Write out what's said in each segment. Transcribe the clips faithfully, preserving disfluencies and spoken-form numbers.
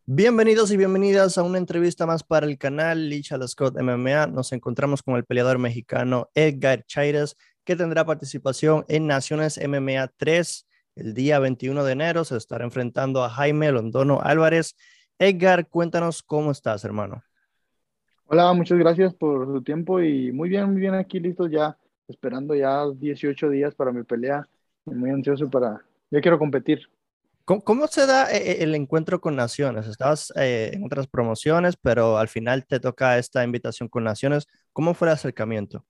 Bienvenidos y bienvenidas a una entrevista más para el canal Licha Scott M M A. Nos encontramos con el peleador mexicano Edgar Chairez, que tendrá participación en Naciones M M A tres el día veintiuno de enero. Se estará enfrentando a Jaime Londono Álvarez. Edgar, cuéntanos cómo estás, hermano. Hola, muchas gracias por su tiempo y muy bien, muy bien aquí listos ya, esperando ya dieciocho días para mi pelea y muy ansioso para, ya quiero competir. ¿Cómo, cómo se da eh, eh, el encuentro con Naciones? Estabas eh, en otras promociones, pero al final te toca esta invitación con Naciones. ¿Cómo fue el acercamiento?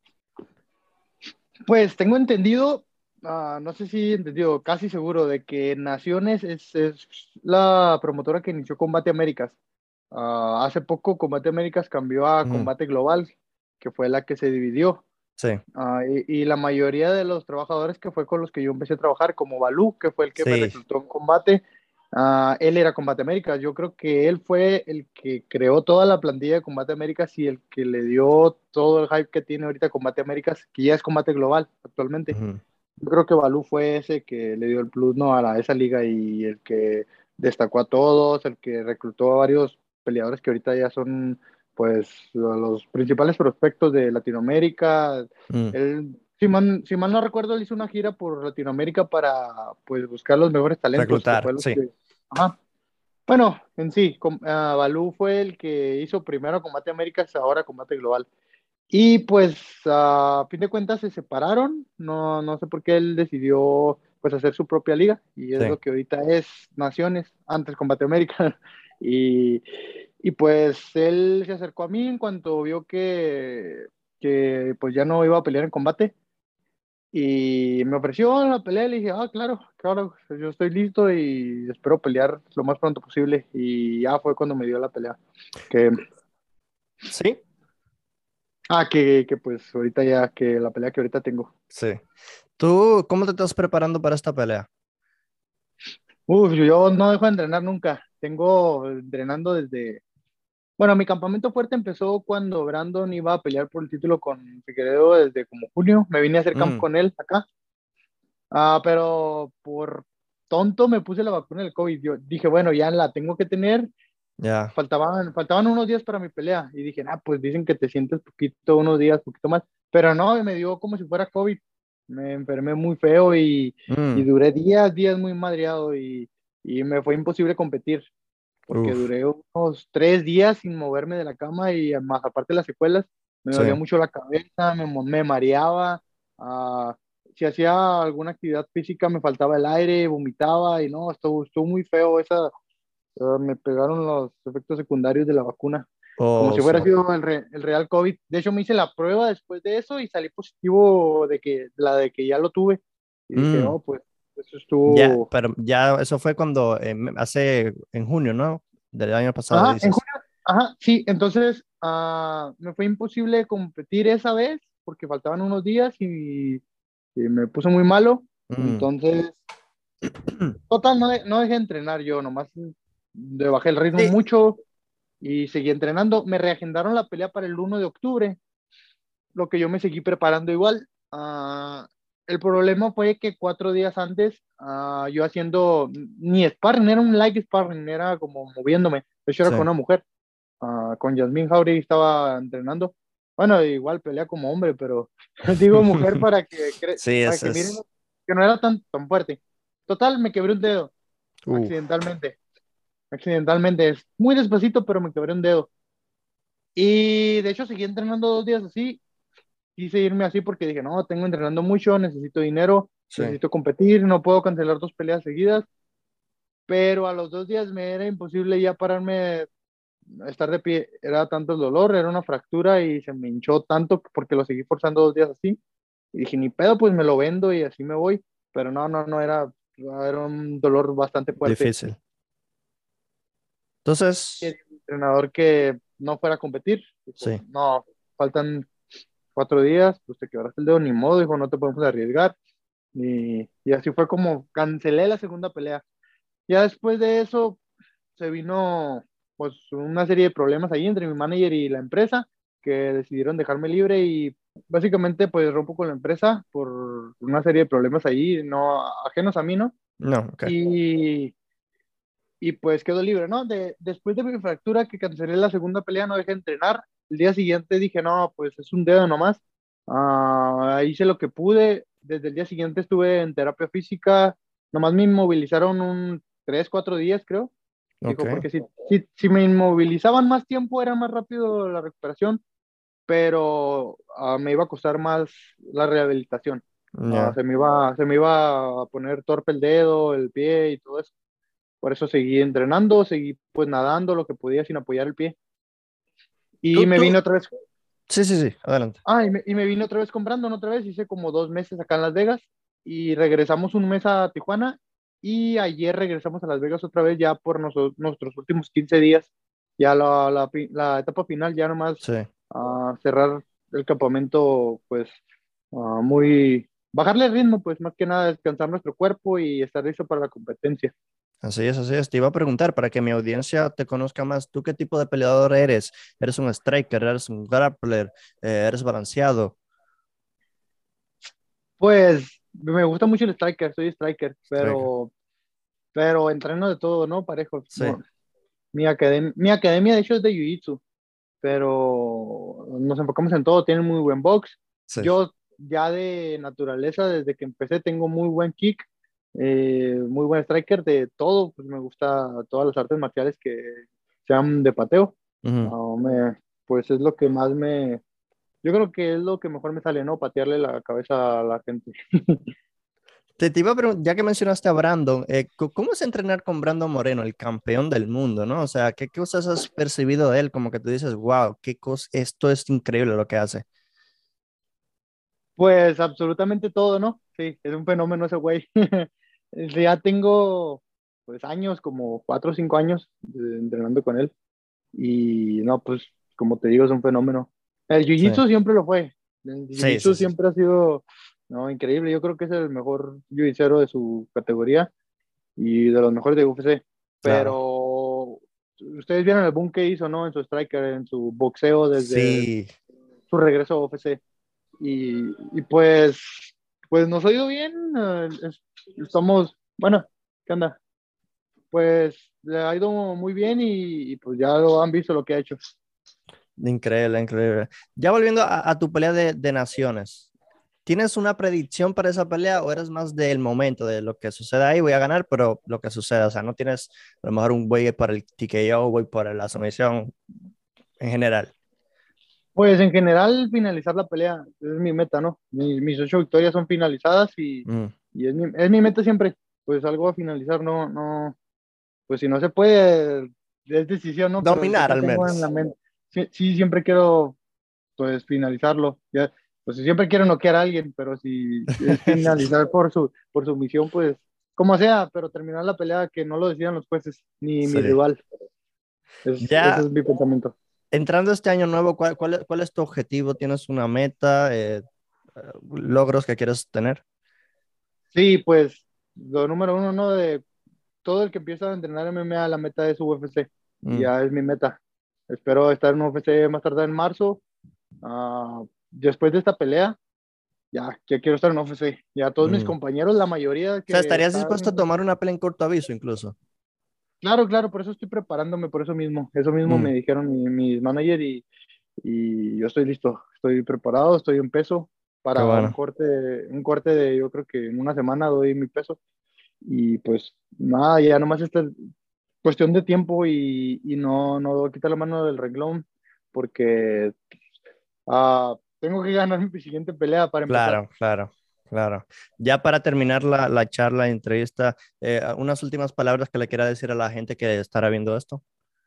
Pues tengo entendido, ah, no sé si entendido, casi seguro de que Naciones es, es la promotora que inició Combate Américas. Ah, hace poco Combate Américas cambió a Ujú. Combate Global, que fue la que se dividió. Sí, Ah, y, y la mayoría de los trabajadores que fue con los que yo empecé a trabajar, como Balú, que fue el que me sí. reclutó en combate, ah, él era Combate Américas. Yo creo que él fue el que creó toda la plantilla de Combate Américas y el que le dio todo el hype que tiene ahorita Combate Américas, que ya es Combate Global actualmente. Ujú. Yo creo que Balú fue ese que le dio el plus, ¿no? a la- esa liga y el que destacó a todos, el que reclutó a varios peleadores que ahorita ya son pues lo- los principales prospectos de Latinoamérica. Mm. Él, si mal, si mal no recuerdo, él hizo una gira por Latinoamérica para pues buscar los mejores talentos, que Reclutar, fue los sí. que... Ajá. Bueno, en sí, com- ah, Balú fue el que hizo primero Combate Américas, ahora Combate Global. Y pues a fin de cuentas se separaron, no, no sé por qué él decidió pues hacer su propia liga y es Sí. lo que ahorita es Naciones, antes Combate América. Y, y pues él se acercó a mí en cuanto vio que, que pues ya no iba a pelear en combate y me ofreció la pelea y le dije, ah, claro, claro, yo estoy listo y espero pelear lo más pronto posible y ya fue cuando me dio la pelea. Que, Sí, ah, que, que pues ahorita ya, que la pelea que ahorita tengo. sí. ¿Tú cómo te estás preparando para esta pelea? Uf, yo no dejo de entrenar nunca. Tengo entrenando desde... Bueno, mi campamento fuerte empezó cuando Brandon iba a pelear por el título con Figueiredo desde como junio. Me vine a hacer camp Mm, con él acá. Ah, pero por tonto me puse la vacuna del COVID. Yo dije, bueno, ya la tengo que tener. ya. Faltaban, faltaban unos días para mi pelea. Y dije, ah, pues dicen que te sientes poquito, unos días, poquito más. Pero no, me dio como si fuera COVID. Me enfermé muy feo y, y Mm, duré días, días muy madreado y, y me fue imposible competir porque uf, duré unos tres días sin moverme de la cama y más aparte de las secuelas, me sí. dolía mucho la cabeza, me, mo- me mareaba, ah, si hacía alguna actividad física me faltaba el aire, vomitaba y no, estuvo, estuvo muy feo esa, ah, me pegaron los efectos secundarios de la vacuna, como si fuera Oso. sido el, re- el real COVID. De hecho, me hice la prueba después de eso y salí positivo de que, la de que ya lo tuve. Y dije, Mm, oh, pues eso ya, estuvo... pero ya eso fue cuando eh, me- hace en junio, ¿no? Del año pasado, Ajá, en dices. junio, ajá, sí, entonces ah, me fue imposible competir esa vez porque faltaban unos días y, y me puso muy malo. Mm, Entonces, total, no, de- no dejé de entrenar yo, nomás le bajé el ritmo sí. mucho y seguí entrenando. Me reagendaron la pelea para el uno de octubre, lo que yo me seguí preparando igual. Ah, el problema fue que cuatro días antes, ah, yo haciendo ni sparring, era un light sparring, era como moviéndome. De hecho, era Sí. con una mujer. Ah, con Yasmín Jauregui estaba entrenando. Bueno, igual pelea como hombre, pero digo mujer para que, cre- Sí, para es, que miren es. que no era tan, tan fuerte. Total, me quebré un dedo, Uf. accidentalmente. Accidentalmente, es muy despacito, pero me quebré un dedo. Y de hecho seguí entrenando dos días así. Quise irme así porque dije, no, tengo entrenando mucho, necesito dinero, Sí. necesito competir, no puedo cancelar dos peleas seguidas. Pero a los dos días me era imposible ya pararme estar de pie, era tanto el dolor, era una fractura y se me hinchó tanto porque lo seguí forzando dos días así. Y dije, ni pedo, pues me lo vendo y así me voy. Pero no, no, no, era, era un dolor bastante fuerte. Difícil. Y el Entonces, entrenador que no fuera a competir, dijo, sí. no, faltan cuatro días, pues te quebraste el dedo, ni modo, dijo, no te podemos arriesgar. Y, y así fue como cancelé la segunda pelea. Ya después de eso, se vino pues una serie de problemas ahí entre mi manager y la empresa que decidieron dejarme libre y básicamente pues rompo con la empresa por una serie de problemas ahí, no ajenos a mí, ¿no? No, ok. Y, y pues quedó libre, ¿no? De, después de mi fractura que cancelé la segunda pelea, no dejé de entrenar. El día siguiente dije, no, pues es un dedo nomás. Ah, hice lo que pude. Desde el día siguiente estuve en terapia física. Nomás me inmovilizaron un tres, cuatro días, creo. Ok, Dijo, porque si, si, si me inmovilizaban más tiempo era más rápido la recuperación, pero ah, me iba a costar más la rehabilitación. Ah, ya. se me iba, se me iba a poner torpe el dedo, el pie y todo eso. Por eso seguí entrenando, seguí pues nadando lo que podía sin apoyar el pie. Y Tú, me vine tú, otra vez, sí, sí, sí, adelante. ah, y me, y me vine otra vez con Brandon otra vez, hice como dos meses acá en Las Vegas y regresamos un mes a Tijuana y ayer regresamos a Las Vegas otra vez ya por noso- nuestros últimos quince días, ya la, la, pi- la etapa final, ya nomás Sí, ah, cerrar el campamento pues ah, muy, bajarle el ritmo pues más que nada descansar nuestro cuerpo y estar listo para la competencia. así es, así es. Te iba a preguntar para que mi audiencia te conozca más. ¿Tú qué tipo de peleador eres? ¿Eres un striker? ¿Eres un grappler? Eh, ¿eres balanceado? Pues me gusta mucho el striker, soy striker, Striker. pero, pero entreno de todo, ¿no? Parejos. Sí, No, mi academia, mi academia de hecho es de Jiu-Jitsu, pero nos enfocamos en todo, tienen muy buen box. sí. Yo ya de naturaleza, desde que empecé, tengo muy buen kick, eh, muy buen striker de todo, pues me gusta todas las artes marciales que sean de pateo. Ujú. No, me, pues es lo que más me, yo creo que es lo que mejor me sale, ¿no? Patearle la cabeza a la gente. Te, te iba a preguntar, ya que mencionaste a Brandon, eh, co- ¿cómo es entrenar con Brandon Moreno, el campeón del mundo, ¿no? O sea, ¿qué cosas has percibido de él? Como que tú dices, wow, qué cosa, esto es increíble lo que hace. Pues absolutamente todo, ¿no? Sí, es un fenómeno ese güey. Ya tengo pues años, como cuatro o cinco años de- entrenando con él. Y no, pues como te digo, es un fenómeno. El Sí, Jiu-Jitsu siempre lo fue. El sí, sí, Jiu-Jitsu sí, siempre ha sido, no, increíble. Yo creo que es el mejor jiu-jitero de su categoría y de los mejores de U F C. claro. Pero ustedes vieron el boom que hizo, ¿no? En su striker, en su boxeo desde Sí, su regreso a U F C. Y, y pues, pues nos ha ido bien. eh, es- estamos, bueno, ¿qué onda? Pues le ha ido muy bien y, y pues ya lo han visto lo que ha hecho. increíble, increíble. Ya volviendo a, a tu pelea de, de naciones, ¿tienes una predicción para esa pelea o eres más del momento, de lo que suceda ahí, voy a ganar, pero lo que suceda? O sea, no tienes a lo mejor un voy para el T K O, voy para la sumisión en general. Pues en general finalizar la pelea es mi meta, ¿no? Mis, mis ocho victorias son finalizadas y, Mm. y es mi, es mi meta siempre. Pues algo a finalizar, no, no, pues si no se puede, es decisión, ¿no? Pero Dominar siempre al tengo en la menos. mente, sí, sí, siempre quiero pues finalizarlo. Ya, pues siempre quiero noquear a alguien, pero si es finalizar por su, por su misión, pues como sea, pero terminar la pelea que no lo decidan los jueces ni mi Sí. rival. Es, ese Ya es mi pensamiento. entrando este año nuevo, ¿cuál, cuál, es cuál es tu objetivo? ¿Tienes una meta, eh, eh, logros que quieres tener? Sí, pues lo número uno, ¿no? De todo el que empieza a entrenar M M A, la meta es U F C. Y Mm, ya es mi meta. Espero estar en U F C más tarde en marzo. Ah, después de esta pelea, ya, ya quiero estar en U F C. Ya todos mis mm. O compañeros, la mayoría sea, que ¿estarías están dispuesto a tomar una pelea en corto aviso incluso? claro, claro, por eso estoy preparándome, por eso mismo. Eso mismo Mm, me dijeron mi- mis managers y, y yo estoy listo. Estoy preparado, estoy en peso qué para un bueno. corte, un corte de, yo creo que en una semana doy mi peso. Y pues nada, ya nomás esta es cuestión de tiempo y, y no, no voy a quitar la mano del renglón porque ah, tengo que ganar mi siguiente pelea para empezar. Claro, claro, claro. Ya para terminar la, la charla, la entrevista, eh, unas últimas palabras que le quiera decir a la gente que estará viendo esto.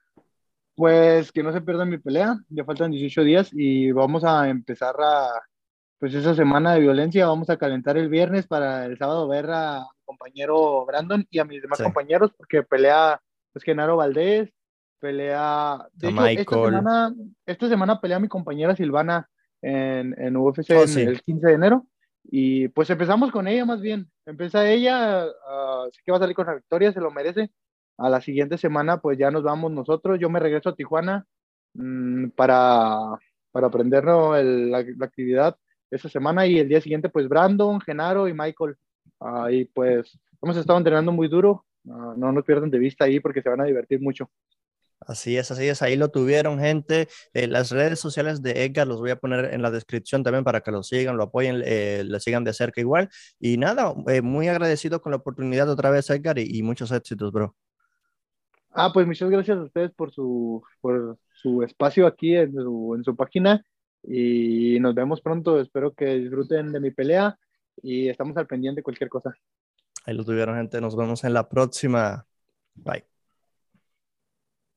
Pues que no se pierdan mi pelea, ya faltan dieciocho días y vamos a empezar a, pues esa semana de violencia, vamos a calentar el viernes para el sábado ver a mi compañero Brandon y a mis demás Sí, compañeros, porque pelea, pues Genaro Valdés, pelea, de a hecho, esta Michael. semana, esta semana pelea mi compañera Silvana en, en U F C Oh, en sí, el quince de enero, y pues empezamos con ella más bien, empieza ella, ah, sé que va a salir con la victoria, se lo merece, a la siguiente semana pues ya nos vamos nosotros, yo me regreso a Tijuana mm, para, para aprender ¿no? el- la la actividad esa semana y el día siguiente pues Brandon, Genaro y Michael. Ahí pues hemos estado entrenando muy duro No, no nos pierdan de vista ahí porque se van a divertir mucho. Así es, así es, ahí lo tuvieron, gente. Eh, las redes sociales de Edgar los voy a poner en la descripción también para que lo sigan, lo apoyen, eh, le sigan de cerca igual. Y nada, eh, muy agradecido con la oportunidad otra vez, Edgar, y, y muchos éxitos, bro. Ah, pues muchas gracias a ustedes por su, por su espacio aquí en su, en su página y nos vemos pronto. Espero que disfruten de mi pelea y estamos al pendiente de cualquier cosa. Ahí lo tuvieron, gente. Nos vemos en la próxima. Bye.